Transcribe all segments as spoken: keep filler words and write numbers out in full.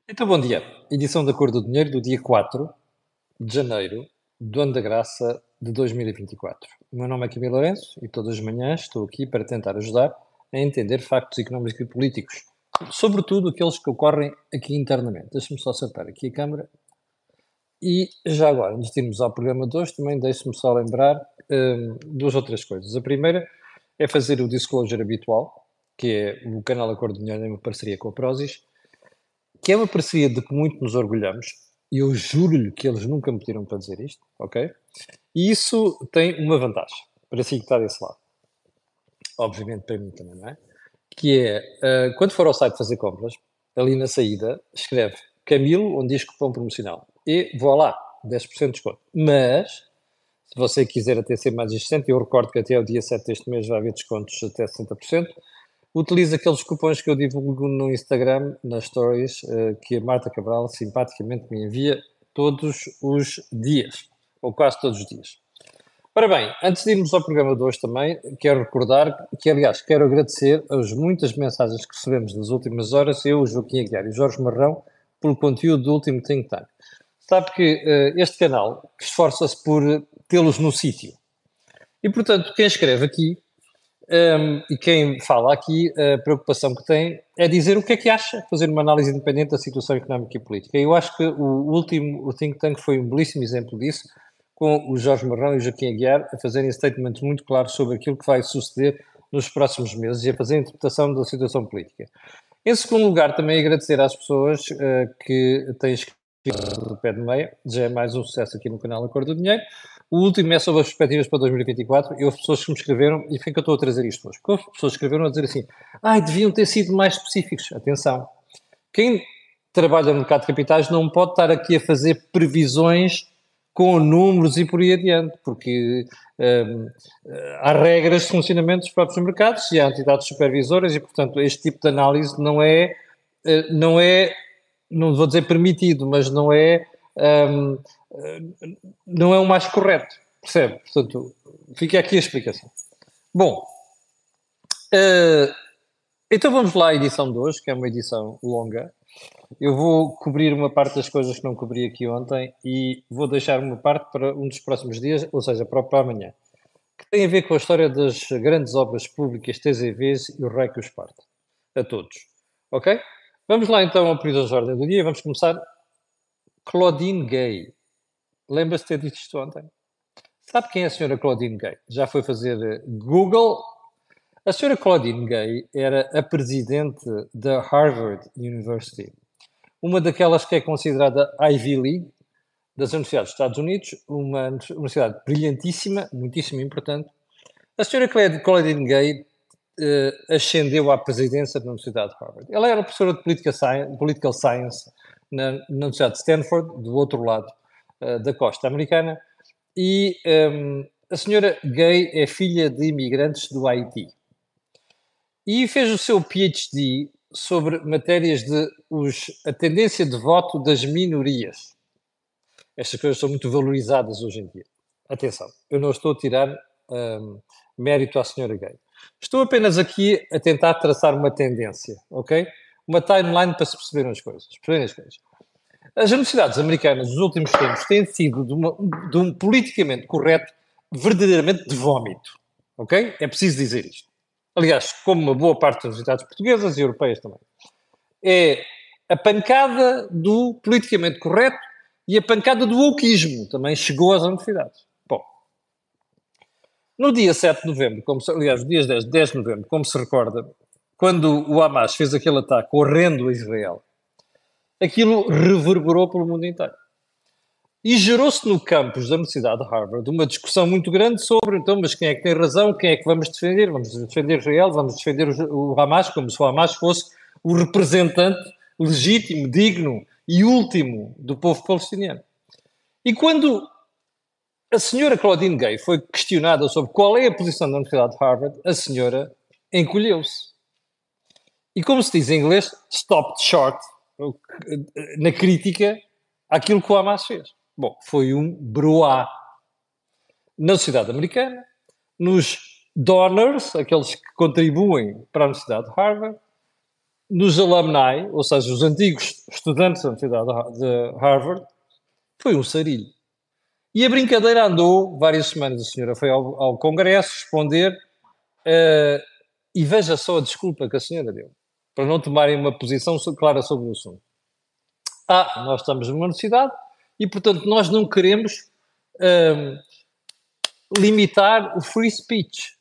Então, bom dia. Edição da Cor do Dinheiro do dia quatro de janeiro do ano da graça de dois mil e vinte e quatro. O meu nome é Camilo Lourenço e todas as manhãs estou aqui para tentar ajudar a entender factos económicos e políticos, sobretudo aqueles que ocorrem aqui internamente. Deixa-me só acertar aqui a câmara. E já agora, antes de irmos ao programa de hoje, também deixe-me só lembrar hum, duas ou três coisas. A primeira é fazer o disclosure habitual, que é o canal Acordo de Dinheiro em parceria com a Prozis, que é uma parceria de que muito nos orgulhamos, e eu juro-lhe que eles nunca me pediram para dizer isto, ok? E isso tem uma vantagem, para si que está desse lado, obviamente para mim também, não é? Que é, uh, quando for ao site fazer compras, ali na saída, escreve Camilo, onde diz cupom promocional, e vou lá, dez por cento de desconto. Mas, se você quiser até ser mais insistente, eu recordo que até o dia sete deste mês vai haver descontos até sessenta por cento, utilize aqueles cupons que eu divulgo no Instagram, nas stories, uh, que a Marta Cabral simpaticamente me envia todos os dias, ou quase todos os dias. Ora bem, antes de irmos ao programa de hoje também, quero recordar que, aliás, quero agradecer as muitas mensagens que recebemos nas últimas horas, eu, o Joaquim Aguiar e o Jorge Marrão, pelo conteúdo do último Think Tank. Sabe que uh, este canal esforça-se por tê-los no sítio. E, portanto, quem escreve aqui um, e quem fala aqui, a preocupação que tem é dizer o que é que acha, fazer uma análise independente da situação económica e política. E eu acho que o último, o Think Tank foi um belíssimo exemplo disso, com o Jorge Marrão e o Joaquim Aguiar a fazerem statements muito claros sobre aquilo que vai suceder nos próximos meses e a fazer a interpretação da situação política. Em segundo lugar, também agradecer às pessoas uh, que têm escrito do pé de meia, já é mais um sucesso aqui no canal Acordo do Dinheiro. O último é sobre as perspectivas para dois mil e vinte e quatro, e houve pessoas que me escreveram, e foi que eu estou a trazer isto hoje, porque houve pessoas que escreveram a dizer assim, ai, deviam ter sido mais específicos. Atenção, quem trabalha no mercado de capitais não pode estar aqui a fazer previsões com números e por aí adiante, porque hum, há regras de funcionamento dos próprios mercados e há entidades supervisoras e, portanto, este tipo de análise não é, não é, não vou dizer permitido, mas não é, hum, não é o mais correto, percebe? Portanto, fica aqui a explicação. Bom, uh, então vamos lá à edição de hoje, que é uma edição longa. Eu vou cobrir uma parte das coisas que não cobri aqui ontem e vou deixar uma parte para um dos próximos dias, ou seja, para, para amanhã, que tem a ver com a história das grandes obras públicas T Z Vs e o rei que os parte. A todos. Ok? Vamos lá então ao período de ordem do dia. Vamos começar. Claudine Gay. Lembra-se de ter dito isto ontem? Sabe quem é a senhora Claudine Gay? Já foi fazer Google. A senhora Claudine Gay era a presidente da Harvard University, uma daquelas que é considerada Ivy League das universidades dos Estados Unidos, uma universidade brilhantíssima, muitíssimo importante. A senhora Claudine Gay uh, ascendeu à presidência da Universidade de Harvard. Ela era professora de Political Science, Political Science na, na Universidade de Stanford, do outro lado uh, da costa americana, e um, a senhora Gay é filha de imigrantes do Haiti. E fez o seu PhD sobre matérias de os, a tendência de voto das minorias. Estas coisas são muito valorizadas hoje em dia. Atenção, eu não estou a tirar um, mérito à senhora Gay. Estou apenas aqui a tentar traçar uma tendência, ok? Uma timeline para se perceberem as coisas. Perceberem as coisas. As universidades americanas, nos últimos tempos, têm sido de, uma, de um politicamente correto verdadeiramente de vómito, ok? É preciso dizer isto. Aliás, como uma boa parte das universidades portuguesas e europeias também. É a pancada do politicamente correto e a pancada do wokeismo também chegou às universidades. Bom, no dia sete de novembro, como se, aliás, no dia dez, dez de novembro, como se recorda, quando o Hamas fez aquele ataque horrendo a Israel, aquilo reverberou pelo mundo inteiro. E gerou-se no campus da Universidade de Harvard uma discussão muito grande sobre, então, mas quem é que tem razão, quem é que vamos defender? Vamos defender Israel, vamos defender o Hamas, como se o Hamas fosse o representante legítimo, digno e último do povo palestiniano. E quando a senhora Claudine Gay foi questionada sobre qual é a posição da Universidade de Harvard, a senhora encolheu-se. E como se diz em inglês, stopped short, na crítica àquilo que o Hamas fez. Bom, foi um broá na sociedade americana, nos donors, aqueles que contribuem para a Universidade de Harvard, nos alumni, ou seja, os antigos estudantes da Universidade de Harvard, foi um sarilho. E a brincadeira andou várias semanas. A senhora foi ao, ao Congresso responder uh, e veja só a desculpa que a senhora deu para não tomarem uma posição clara sobre o assunto. Ah, nós estamos numa universidade e, portanto, nós não queremos um, limitar o free speech.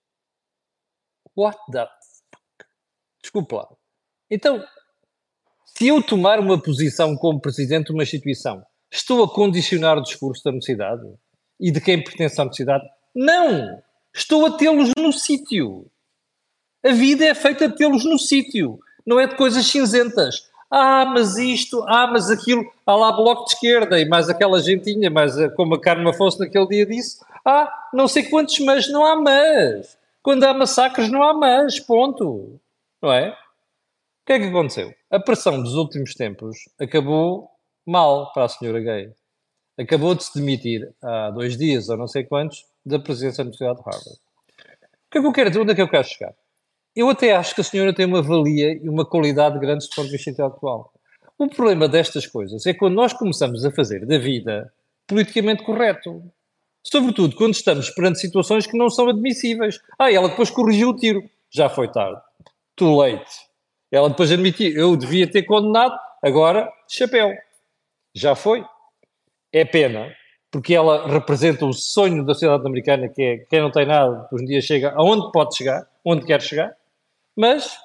What the... Desculpa lá. Então, se eu tomar uma posição como presidente de uma instituição, estou a condicionar o discurso da universidade e de quem pertence à universidade? Não! Estou a tê-los no sítio. A vida é feita de tê-los no sítio. Não é de coisas cinzentas. Ah, mas isto, ah, mas aquilo, há lá bloco de esquerda e mais aquela gentinha, mais como a Carme Afonso naquele dia disse, ah, não sei quantos mas, não há mas. Quando há massacres não há mas, ponto. Não é? O que é que aconteceu? A pressão dos últimos tempos acabou mal para a senhora Gay. Acabou de se demitir há dois dias, ou não sei quantos, da presidência da Universidade de Harvard. O que é que eu quero dizer? Onde é que eu quero chegar? Eu até acho que a senhora tem uma valia e uma qualidade grande do ponto de vista intelectual. O problema destas coisas é quando nós começamos a fazer da vida politicamente correto. Sobretudo quando estamos perante situações que não são admissíveis. Ah, ela depois corrigiu o tiro. Já foi tarde. Too late. Ela depois admitiu, eu devia ter condenado, agora, chapéu. Já foi. É pena, porque ela representa o sonho da sociedade americana, que é quem não tem nada, um dia chega aonde pode chegar, onde quer chegar, mas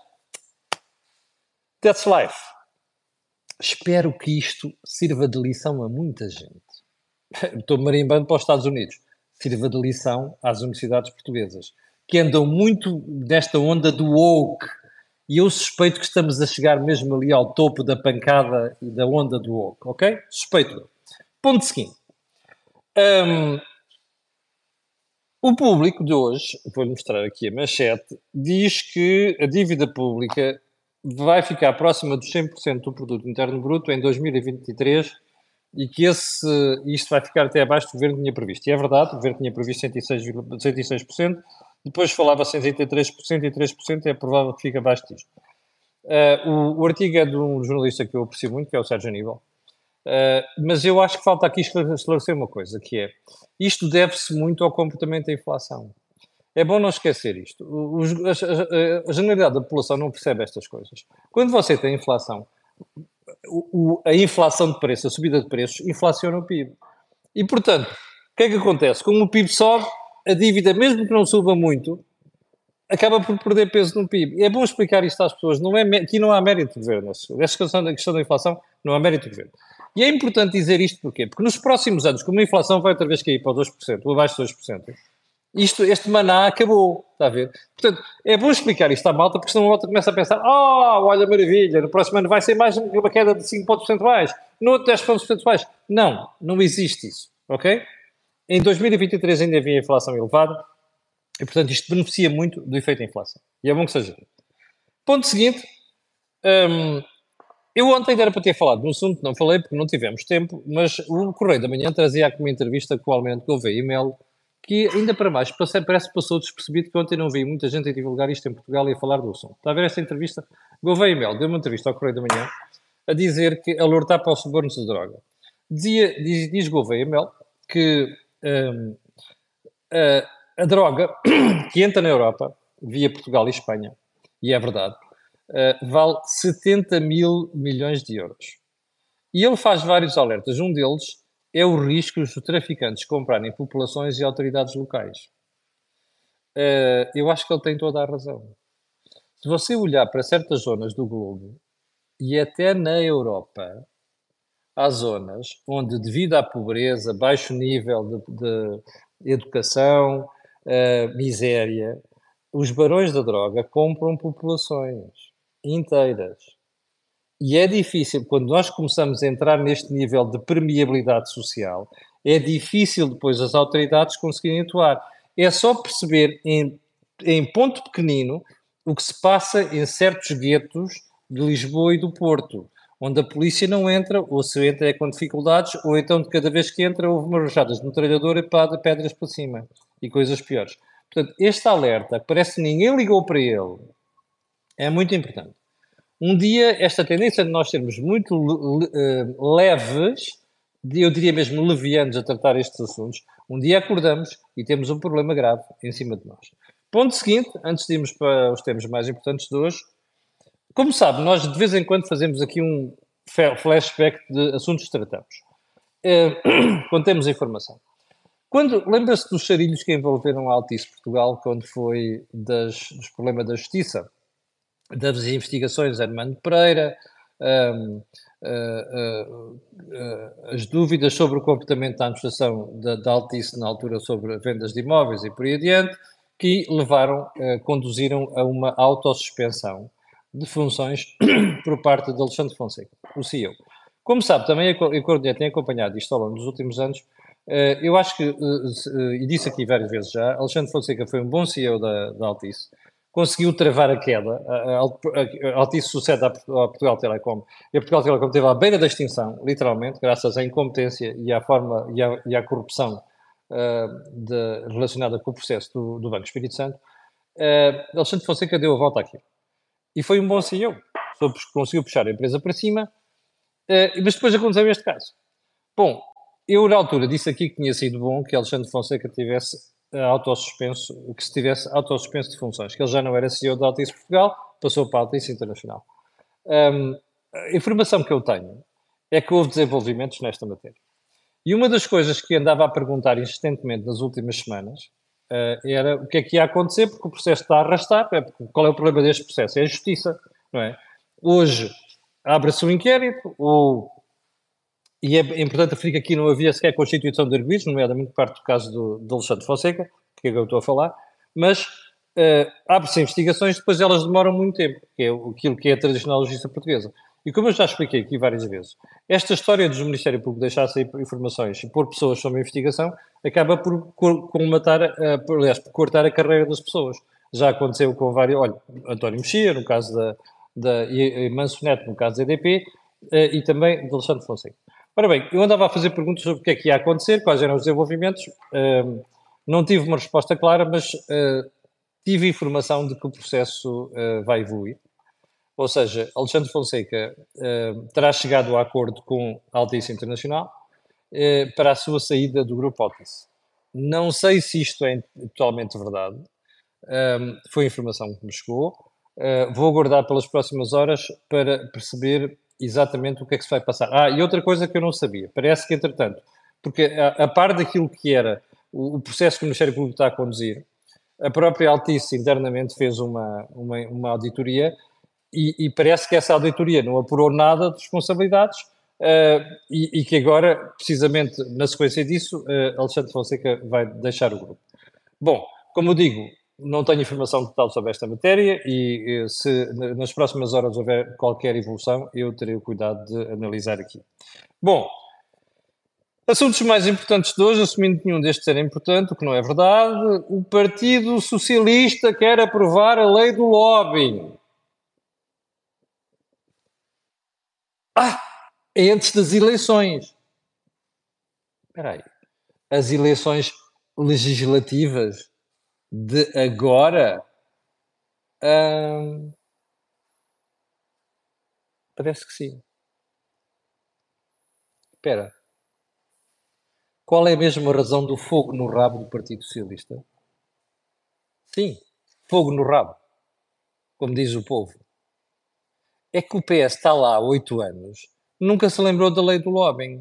that's life. Espero que isto sirva de lição a muita gente. Estou marimbando para os Estados Unidos. Sirva de lição às universidades portuguesas, que andam muito nesta onda do woke. E eu suspeito que estamos a chegar mesmo ali ao topo da pancada e da onda do woke, ok? Suspeito. Ponto seguinte. Um, o público de hoje, vou-lhe mostrar aqui a manchete, diz que a dívida pública vai ficar próxima dos cem por cento do produto interno bruto em dois mil e vinte e três e que esse, isto vai ficar até abaixo do que o governo tinha previsto. E é verdade, o governo tinha previsto cento e seis por cento, depois falava-se em cento e três por cento e três por cento, é provável que fique abaixo disto. Uh, o, o artigo é de um jornalista que eu aprecio muito, que é o Sérgio Aníbal, uh, mas eu acho que falta aqui esclarecer uma coisa, que é, isto deve-se muito ao comportamento da inflação. É bom não esquecer isto. Os, a, a, a generalidade da população não percebe estas coisas. Quando você tem inflação, o, o, a inflação de preços, a subida de preços, inflaciona o P I B. E, portanto, o que é que acontece? Como o P I B sobe, a dívida, mesmo que não suba muito, acaba por perder peso no P I B. É bom explicar isto às pessoas. Não é, aqui não há mérito de governo. Esta questão, a questão da inflação não há mérito de governo. E é importante dizer isto porquê? Porque nos próximos anos, como a inflação vai outra vez cair para dois por cento, ou abaixo de dois por cento, isto, este maná acabou, está a ver? Portanto, é bom explicar isto à malta, porque senão a malta começa a pensar, oh, olha, maravilha, no próximo ano vai ser mais uma queda de cinco pontos percentuais, no outro dez pontos percentuais. Não, não existe isso, ok? Em dois mil e vinte e três ainda havia inflação elevada, e portanto isto beneficia muito do efeito da inflação. E é bom que seja. Ponto seguinte, hum, eu ontem era para ter falado de um assunto, não falei porque não tivemos tempo, mas o Correio da Manhã trazia aqui uma entrevista com o Almirante Gouveia e Melo, que ainda para mais, parece que passou despercebido, que ontem não vi muita gente a divulgar isto em Portugal e a falar do assunto. Está a ver esta entrevista? Gouveia e Melo deu uma entrevista ao Correio da Manhã a dizer que alertar para os subornos de droga. Dizia, diz, diz Gouveia e Melo que hum, a, a droga que entra na Europa, via Portugal e Espanha, e é verdade, uh, vale setenta mil milhões de euros. E ele faz vários alertas. Um deles é o risco dos traficantes comprarem populações e autoridades locais. Uh, eu acho que ele tem toda a razão. Se você olhar para certas zonas do globo, e até na Europa, há zonas onde, devido à pobreza, baixo nível de, de educação, uh, miséria, os barões da droga compram populações inteiras. E é difícil, quando nós começamos a entrar neste nível de permeabilidade social, é difícil depois as autoridades conseguirem atuar. É só perceber em, em ponto pequenino o que se passa em certos guetos de Lisboa e do Porto, onde a polícia não entra, ou se entra é com dificuldades, ou então de cada vez que entra houve umas rajadas de metralhadora e pedras para cima, e coisas piores. Portanto, este alerta, que parece que ninguém ligou para ele, é muito importante. Um dia, esta tendência de nós sermos muito le- le- eh, leves, de- eu diria mesmo levianos a tratar estes assuntos, um dia acordamos e temos um problema grave em cima de nós. Ponto seguinte, antes de irmos para os temas mais importantes de hoje, como sabe, nós de vez em quando fazemos aqui um fe- flashback de assuntos que tratamos, eh, quando temos informação. Quando, lembra-se dos charilhos que envolveram a Altice Portugal quando foi das, dos problemas da justiça, das investigações Armando Pereira, hum, ah, ah, ah, as dúvidas sobre o comportamento da administração da, da Altice na altura sobre vendas de imóveis e por aí adiante, que levaram, ah, conduziram a uma autossuspensão de funções por parte de Alexandre Fonseca, o C E O. Como sabe, também a Co- a Cordia tem acompanhado isto ao longo dos últimos anos. Eh, Eu acho que, eh, se- eh, e disse aqui várias vezes já, Alexandre Fonseca foi um bom C E O da, da Altice, conseguiu travar a queda. A, a, a Altice sucede à, Portugal Telecom e a Portugal Telecom esteve à beira da extinção, literalmente, graças à incompetência e à forma e à, e à corrupção uh, de, relacionada com o processo do, do Banco Espírito Santo. Uh, Alexandre Fonseca deu a volta àquilo. E foi um bom C E O. Conseguiu puxar a empresa para cima, uh, mas depois aconteceu este caso. Bom, eu na altura disse aqui que tinha sido bom que Alexandre Fonseca tivesse uh, autossuspenso, que se tivesse autossuspenso de funções, que ele já não era C E O da Altice Portugal, passou para a Altice Internacional. Um, a informação que eu tenho é que houve desenvolvimentos nesta matéria. E uma das coisas que andava a perguntar insistentemente nas últimas semanas uh, era o que é que ia acontecer, porque o processo está a arrastar. É porque, qual é o problema deste processo? É a justiça, não é? Hoje abre-se um inquérito, o e é importante referir que aqui não havia sequer constituição de arguidos, nomeadamente parte do caso do, do Alexandre Fonseca, que é que eu estou a falar, mas uh, abre-se investigações, depois elas demoram muito tempo, que é aquilo que é a tradicional justiça portuguesa. E como eu já expliquei aqui várias vezes, esta história do Ministério Público deixar sair informações e pôr pessoas sob investigação acaba por colmatar, uh, por, aliás, por cortar a carreira das pessoas. Já aconteceu com vários, olha, António Mexia, no caso da, da e, e Manso Neto, no caso da E D P, uh, e também de Alexandre Fonseca. Ora bem, eu andava a fazer perguntas sobre o que é que ia acontecer, quais eram os desenvolvimentos. Uh, não tive uma resposta clara, mas uh, tive informação de que o processo uh, vai evoluir. Ou seja, Alexandre Fonseca uh, terá chegado a acordo com a Altice Internacional uh, para a sua saída do grupo Altice. Não sei se isto é totalmente verdade. Um, foi a informação que me chegou. Uh, vou aguardar pelas próximas horas para perceber exatamente o que é que se vai passar. Ah, e outra coisa que eu não sabia, parece que entretanto, porque a, a par daquilo que era o, o processo que o Ministério Público está a conduzir, a própria Altice internamente fez uma, uma, uma auditoria e, e parece que essa auditoria não apurou nada de responsabilidades uh, e, e que agora, precisamente na sequência disso, uh, Alexandre Fonseca vai deixar o grupo. Bom, como eu digo, não tenho informação total sobre esta matéria e eh, se nas próximas horas houver qualquer evolução, eu terei o cuidado de analisar aqui. Bom, assuntos mais importantes de hoje, assumindo que nenhum destes era importante, o que não é verdade, o Partido Socialista quer aprovar a lei do lobbying. Ah, é antes das eleições. Espera aí. As eleições legislativas de agora? Hum, parece que sim. Espera. Qual é mesmo a razão do fogo no rabo do Partido Socialista? Sim, fogo no rabo, como diz o povo. É que o P S está lá há oito anos, nunca se lembrou da lei do lobbying.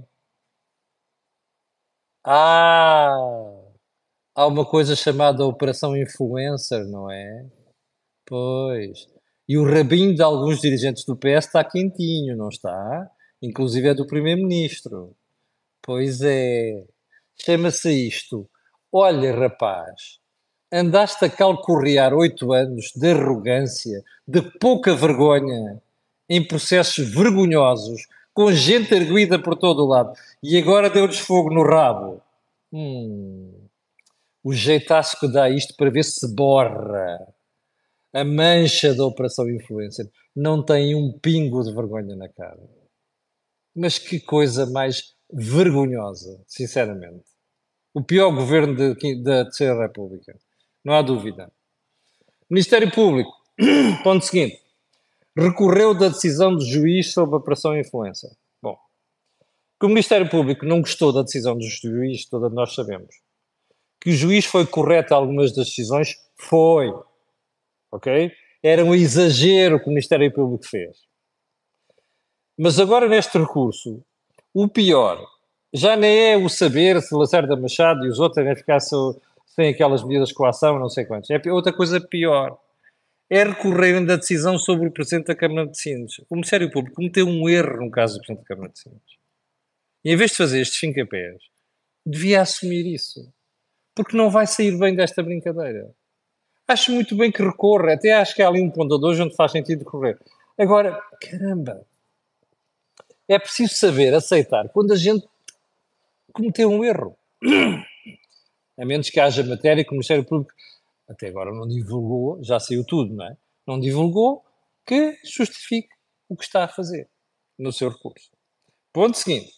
Ah, há uma coisa chamada Operação Influencer, não é? Pois. E o rabinho de alguns dirigentes do P S está quentinho, não está? Inclusive é do Primeiro-Ministro. Pois é. Chama-se isto. Olha, rapaz, andaste a calcorrear oito anos de arrogância, de pouca vergonha, em processos vergonhosos, com gente arguída por todo o lado, e agora deu-lhes fogo no rabo. Hum, o jeitaço que dá isto para ver se borra. A mancha da Operação Influencer não tem um pingo de vergonha na cara. Mas que coisa mais vergonhosa, sinceramente. O pior governo de- da Terceira República. Não há dúvida. Ministério Público, ponto seguinte. recorreu da decisão do juiz sobre a operação influencer. Bom, que o Ministério Público não gostou da decisão do juiz, toda nós sabemos. Que o juiz foi correto em algumas das decisões, foi. Ok? Era um exagero que o Ministério Público fez. Mas agora neste recurso, o pior já nem é o saber se Lacerda Machado e os outros devem ficar sem aquelas medidas de coação, não sei quantos. É outra coisa pior. É recorrerem da decisão sobre o Presidente da Câmara de Sines. O Ministério Público cometeu um erro no caso do Presidente da Câmara de Sines. E em vez de fazer estes fincapés, devia assumir isso. Porque não vai sair bem desta brincadeira. Acho muito bem que recorra, até acho que há ali um ponto ou dois onde faz sentido recorrer. Agora, caramba, é preciso saber aceitar quando a gente cometeu um erro. A menos que haja matéria que o Ministério Público até agora não divulgou, já saiu tudo, não é? Não divulgou que justifique o que está a fazer no seu recurso. Ponto seguinte.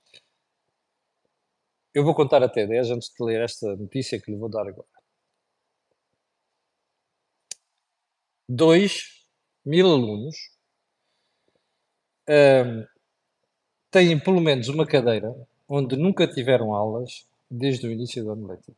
Eu vou contar até dez antes de ler esta notícia que lhe vou dar agora. dois mil alunos hum, têm pelo menos uma cadeira onde nunca tiveram aulas desde o início do ano letivo.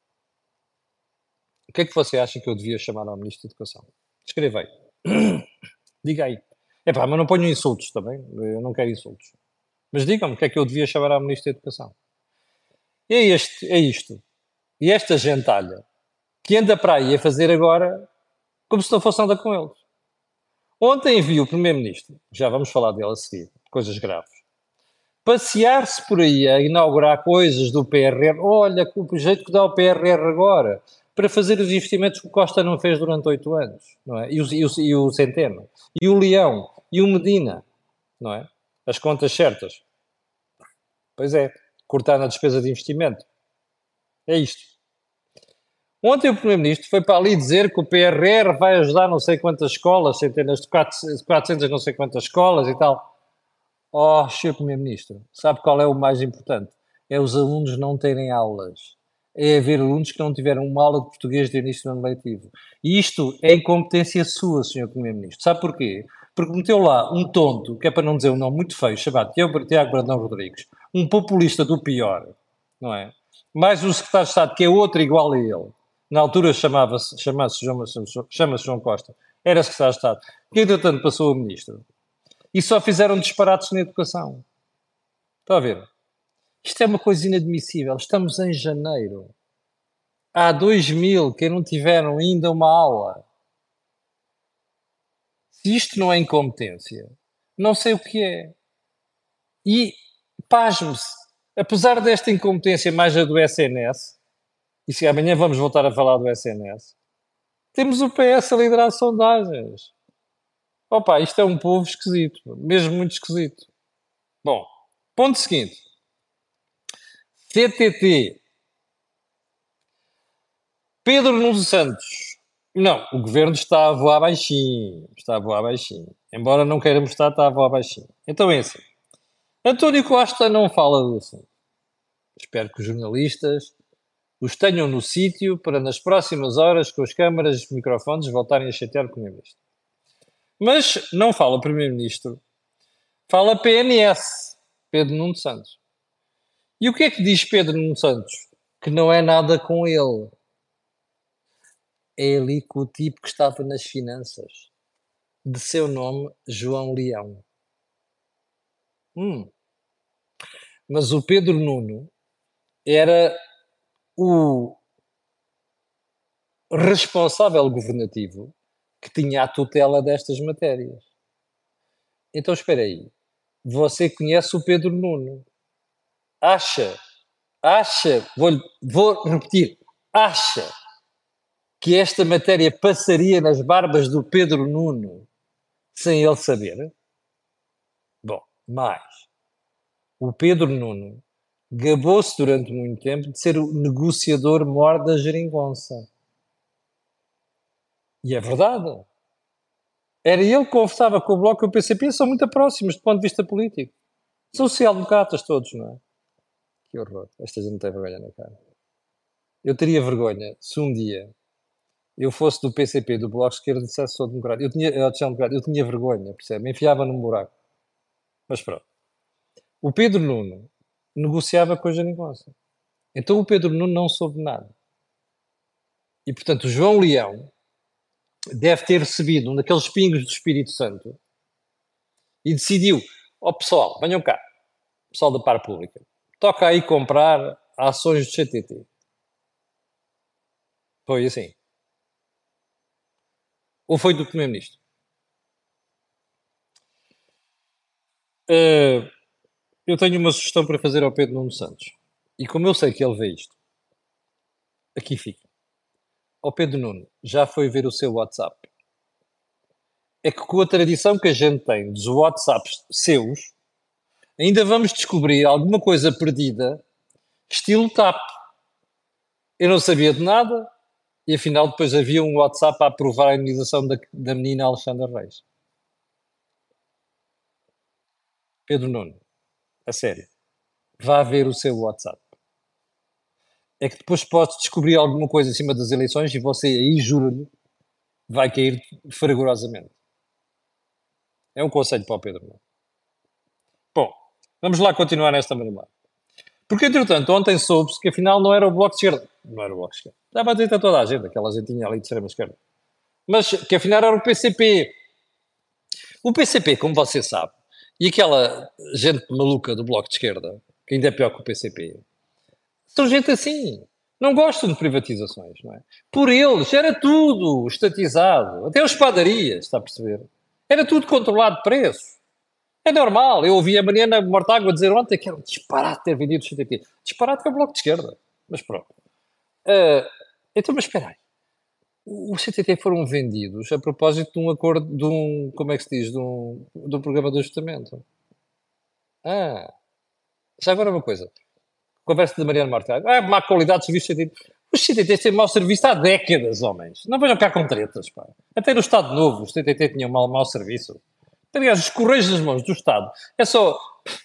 O que é que você acha que eu devia chamar ao Ministro da Educação? Escreva aí. Diga aí. Epá, mas não ponho insultos também. Eu não quero insultos. Mas digam-me o que é que eu devia chamar ao Ministro da Educação. E é, este, é isto. E esta gentalha que anda para aí a fazer agora como se não fosse nada com eles. Ontem vi o Primeiro-Ministro, já vamos falar dele a seguir, coisas graves, passear-se por aí a inaugurar coisas do P R R. Olha, o jeito que dá o P R R agora para fazer os investimentos que o Costa não fez durante oito anos, não é? E o, e, o, e o Centeno, e o Leão, e o Medina, não é? As contas certas. Pois é, cortar na despesa de investimento. É isto. Ontem o Primeiro-Ministro foi para ali dizer que o P R R vai ajudar não sei quantas escolas, centenas de quatrocentas não sei quantas escolas e tal. Oh, senhor Primeiro-Ministro, sabe qual é o mais importante? É os alunos não terem aulas. É haver alunos que não tiveram uma aula de português de início do ano letivo. E isto é incompetência sua, senhor Primeiro-Ministro. Sabe porquê? Porque meteu lá um tonto, que é para não dizer um nome muito feio, chamado Tiago Brandão Rodrigues, um populista do pior, não é? Mais um secretário de Estado, que é outro igual a ele. Na altura chamava-se, chama-se João, chama-se João Costa. Era secretário de Estado. Que, entretanto, passou a ministro. E só fizeram disparates na educação. Está a ver? Isto é uma coisa inadmissível. Estamos em janeiro. Há dois mil que não tiveram ainda uma aula. Se isto não é incompetência, não sei o que é. E, pasme-se, apesar desta incompetência mais a do S N S, e se amanhã vamos voltar a falar do S N S, temos o P S a liderar sondagens. Opa, isto é um povo esquisito, mesmo muito esquisito. Bom, ponto seguinte. C T T. Pedro Nuno Santos. Não, o governo está a voar baixinho. Está a voar baixinho. Embora não queira mostrar, está a voar baixinho. Então é assim. António Costa não fala do assunto. Espero que os jornalistas os tenham no sítio para nas próximas horas, com as câmaras e os microfones, voltarem a chatear o Primeiro-Ministro. Mas não fala Primeiro-Ministro. Fala P N S. Pedro Nuno Santos. E o que é que diz Pedro Nuno Santos? Que não é nada com ele. É ali com o tipo que estava nas finanças. De seu nome, João Leão. Hum. Mas o Pedro Nuno era o responsável governativo que tinha a tutela destas matérias. Então, espera aí. Você conhece o Pedro Nuno? Acha, acha, vou, vou repetir, acha que esta matéria passaria nas barbas do Pedro Nuno sem ele saber? Bom, mais. O Pedro Nuno gabou-se durante muito tempo de ser o negociador mor da geringonça. E é verdade. Era ele que conversava com o Bloco e o P C P, são muito próximos do ponto de vista político. São social-democratas todos, não é? Que horror. Esta gente não tem vergonha na cara. Eu teria vergonha se um dia eu fosse do P C P, do Bloco de Esquerda, dissesse sou democrata. Eu tinha, eu, democrata, eu tinha vergonha, percebe? Me enfiava num buraco. Mas pronto. O Pedro Nuno negociava com a Jeringonça. Então o Pedro Nuno não soube nada. E, portanto, o João Leão deve ter recebido um daqueles pingos do Espírito Santo e decidiu, ó oh, pessoal, venham cá, pessoal da Par Pública, toca aí comprar ações do C T T. Foi assim. Ou foi do Primeiro-Ministro? Uh, eu tenho uma sugestão para fazer ao Pedro Nuno Santos. E como eu sei que ele vê isto, aqui fica. Ó Pedro Nuno, já foi ver o seu WhatsApp? É que com a tradição que a gente tem dos WhatsApps seus, ainda vamos descobrir alguma coisa perdida, estilo TAP. Eu não sabia de nada, e afinal depois havia um WhatsApp a aprovar a indenização da, da menina Alexandra Reis. Pedro Nuno, a sério, vá ver o seu WhatsApp. É que depois pode descobrir alguma coisa em cima das eleições e você aí, juro-lhe, vai cair fragorosamente. É um conselho para o Pedro Nuno. Bom, vamos lá continuar nesta maneira. Porque, entretanto, ontem soube-se que afinal não era o Bloco de Esquerda. Não era o Bloco de Esquerda. Dava a dizer a toda a gente, aquela gentinha ali de extrema esquerda. Mas que afinal era o P C P. O P C P, como você sabe, e aquela gente maluca do Bloco de Esquerda, que ainda é pior que o P C P, são gente assim. Não gostam de privatizações, não é? Por eles, era tudo estatizado. Até as padarias, está a perceber? Era tudo controlado de preço. É normal. Eu ouvi a Mariana Mortágua dizer ontem que era um disparate ter vendido o C T T. Disparate que é o Bloco de Esquerda. Mas pronto. Uh, então, mas espera aí. O C T T foram vendidos a propósito de um acordo, de um, como é que se diz, de um, de um programa de ajustamento. Ah, já agora uma coisa. Conversa da Mariana Mortágua. Ah, má qualidade de serviço C T T. Os C T Ts têm mau serviço há décadas, homens. Não vejam cá com tretas, pá. Até no Estado Novo os C T T tinham mau, mau serviço. Aliás, os correios das mãos do Estado é só.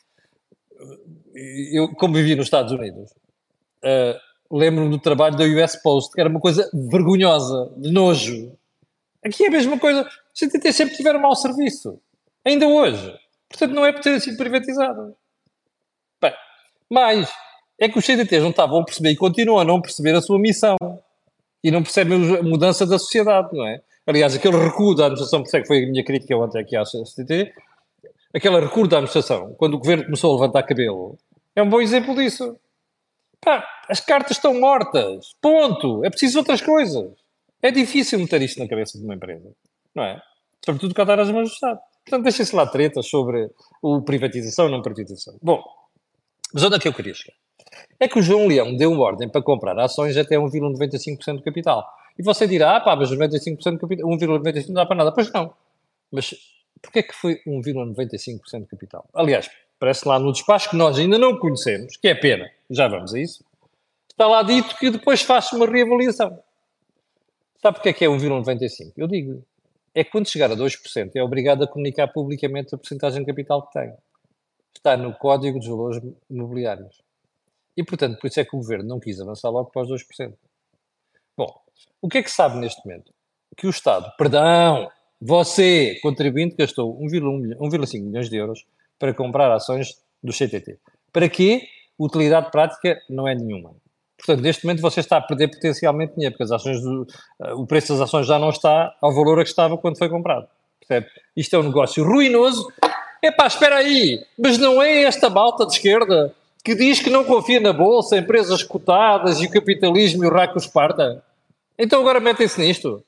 Eu, como vivi nos Estados Unidos, uh, lembro-me do trabalho da U S Post, que era uma coisa vergonhosa, de nojo. Aqui é a mesma coisa. Os C T T sempre tiveram mau serviço. Ainda hoje. Portanto, não é por terem sido privatizados. Bem, mas é que os C T Ts não estavam a perceber e continuam a não perceber a sua missão. E não percebem a mudança da sociedade, não é? Aliás, aquele recuo da administração, por isso é que foi a minha crítica ontem aqui à C T T, aquele recuo da administração, quando o governo começou a levantar cabelo, é um bom exemplo disso. Pá, as cartas estão mortas. Ponto. É preciso outras coisas. É difícil meter isto na cabeça de uma empresa, não é? Sobretudo quando está nas mãos do Estado. Portanto, deixem-se lá tretas sobre o privatização ou não privatização. Bom, mas onde é que eu queria chegar? É que o João Leão deu ordem para comprar ações até um vírgula noventa e cinco por cento do capital. E você dirá, ah pá, mas noventa e cinco por cento do capital, um vírgula noventa e cinco por cento não dá para nada. Pois não. Mas porquê é que foi um vírgula noventa e cinco por cento do capital? Aliás, parece lá no despacho que nós ainda não conhecemos, que é pena, já vamos a isso, está lá dito que depois faz-se uma reavaliação. Sabe porquê é que é um vírgula noventa e cinco por cento? Eu digo-lhe. É que quando chegar a dois por cento é obrigado a comunicar publicamente a porcentagem de capital que tem. Está no Código dos Valores Imobiliários. E, portanto, por isso é que o Governo não quis avançar logo para os dois por cento. Bom, o que é que sabe neste momento? Que o Estado, perdão, você, contribuinte, gastou um vírgula cinco milhões de euros para comprar ações do C T T. Para quê? Utilidade prática não é nenhuma. Portanto, neste momento você está a perder potencialmente dinheiro, porque as ações do, uh, o preço das ações já não está ao valor a que estava quando foi comprado. Percebe? Isto é um negócio ruinoso. Epá, espera aí, mas não é esta malta de esquerda que diz que não confia na Bolsa, empresas cotadas e o capitalismo e o raco esparta? Então agora metem-se nisto.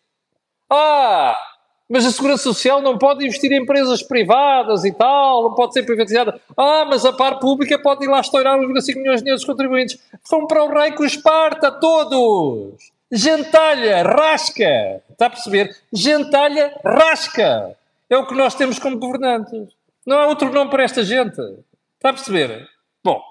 Ah, mas a Segurança Social não pode investir em empresas privadas e tal, não pode ser privatizada. Ah, mas a Par Pública pode ir lá estourar um vírgula cinco milhões de euros dos contribuintes. Vão para o raio com esparta, todos! Gentalha, rasca! Está a perceber? Gentalha, rasca! É o que nós temos como governantes. Não há outro nome para esta gente. Está a perceber? Bom,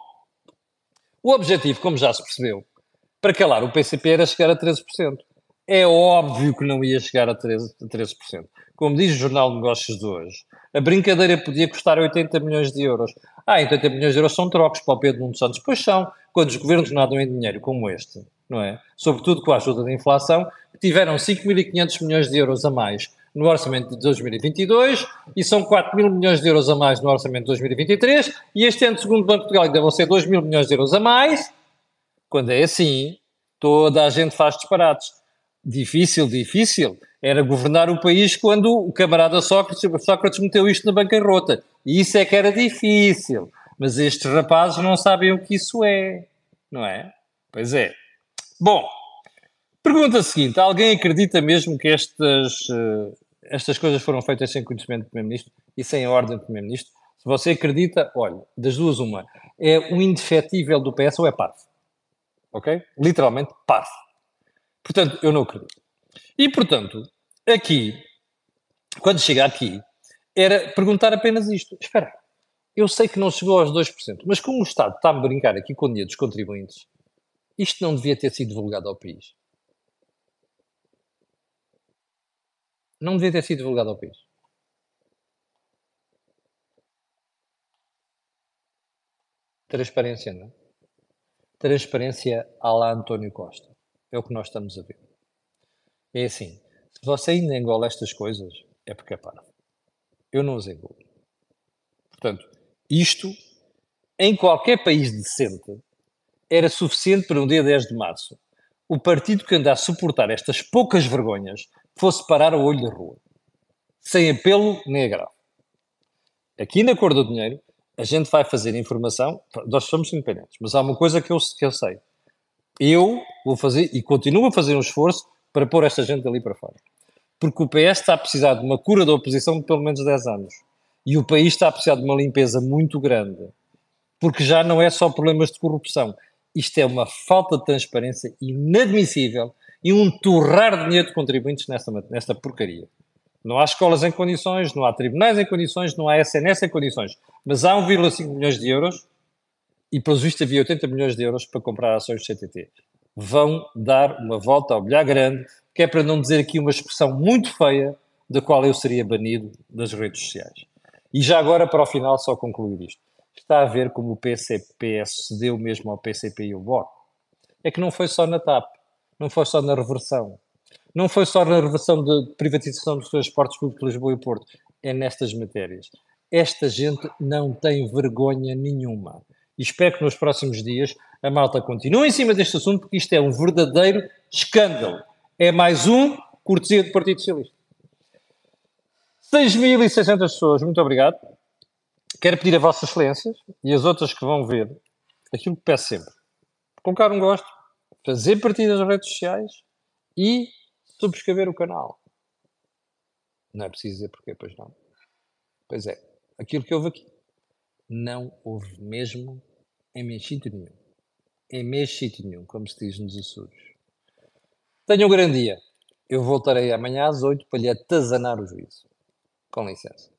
o objetivo, como já se percebeu, para calar o P C P era chegar a treze por cento. É óbvio que não ia chegar a treze por cento. Como diz o Jornal de Negócios de hoje, a brincadeira podia custar oitenta milhões de euros. Ah, oitenta milhões de euros são trocos para o Pedro Nuno Santos. Pois são, quando os governos nadam em dinheiro como este, não é? Sobretudo com a ajuda da inflação, tiveram cinco mil e quinhentos milhões de euros a mais no orçamento de dois mil e vinte e dois e são quatro mil milhões de euros a mais no orçamento de dois mil e vinte e três e este ano, segundo o Banco de Portugal, ainda vão ser dois mil milhões de euros a mais. Quando é assim, toda a gente faz disparates. Difícil, difícil. Era governar o país quando o camarada Sócrates, Sócrates meteu isto na bancarrota. E isso é que era difícil. Mas estes rapazes não sabem o que isso é. Não é? Pois é. Bom, pergunta seguinte: alguém acredita mesmo que estas, uh, estas coisas foram feitas sem conhecimento do Primeiro-Ministro e sem a ordem do Primeiro-Ministro? Se você acredita, olha, das duas uma, é o indefetível do P S ou é parvo? Ok? Literalmente parvo. Portanto, eu não acredito. E, portanto, aqui, quando chega aqui, era perguntar apenas isto. Espera, eu sei que não chegou aos dois por cento, mas como o Estado está a brincar aqui com o dinheiro dos contribuintes, isto não devia ter sido divulgado ao país. Não devia ter sido divulgado ao país. Transparência, não é? Transparência à la António Costa. É o que nós estamos a ver. É assim, se você ainda engola estas coisas, é porque é parvo. Eu não as engolo. Portanto, isto, em qualquer país decente, era suficiente para no dia dez de março o partido que anda a suportar estas poucas vergonhas fosse parar ao olho da rua, sem apelo nem agravo. Aqui na Cor do Dinheiro, a gente vai fazer informação, nós somos independentes, mas há uma coisa que eu, que eu sei. Eu vou fazer, e continuo a fazer um esforço para pôr esta gente ali para fora. Porque o P S está a precisar de uma cura da oposição de pelo menos dez anos. E o país está a precisar de uma limpeza muito grande. Porque já não é só problemas de corrupção. Isto é uma falta de transparência inadmissível e um torrar de dinheiro de contribuintes nesta, nesta porcaria. Não há escolas em condições, não há tribunais em condições, não há S N S em condições. Mas há um vírgula cinco milhões de euros e, pelos vistos, havia oitenta milhões de euros para comprar ações do C T T. Vão dar uma volta ao bilhar grande, que é para não dizer aqui uma expressão muito feia, da qual eu seria banido das redes sociais. E já agora, para o final, só concluir isto. Está a ver como o P C P S cedeu mesmo ao P C P e ao B O C? É que não foi só na TAP, não foi só na reversão, não foi só na reversão de privatização dos transportes públicos de Lisboa e Porto, é nestas matérias. Esta gente não tem vergonha nenhuma. E espero que nos próximos dias a malta continue em cima deste assunto, porque isto é um verdadeiro escândalo. É mais um cortesia do Partido Socialista. seis mil e seiscentas pessoas, muito obrigado. Quero pedir a Vossas Excelências e as outras que vão ver aquilo que peço sempre: colocar um gosto, fazer partida das redes sociais e subscrever o canal. Não é preciso dizer porquê, pois não. Pois é, aquilo que houve aqui não houve mesmo em mês sítio nenhum. Em mês sítio nenhum, como se diz nos Açores. Tenha um grande dia. Eu voltarei amanhã às oito para lhe atazanar o juízo. Com licença.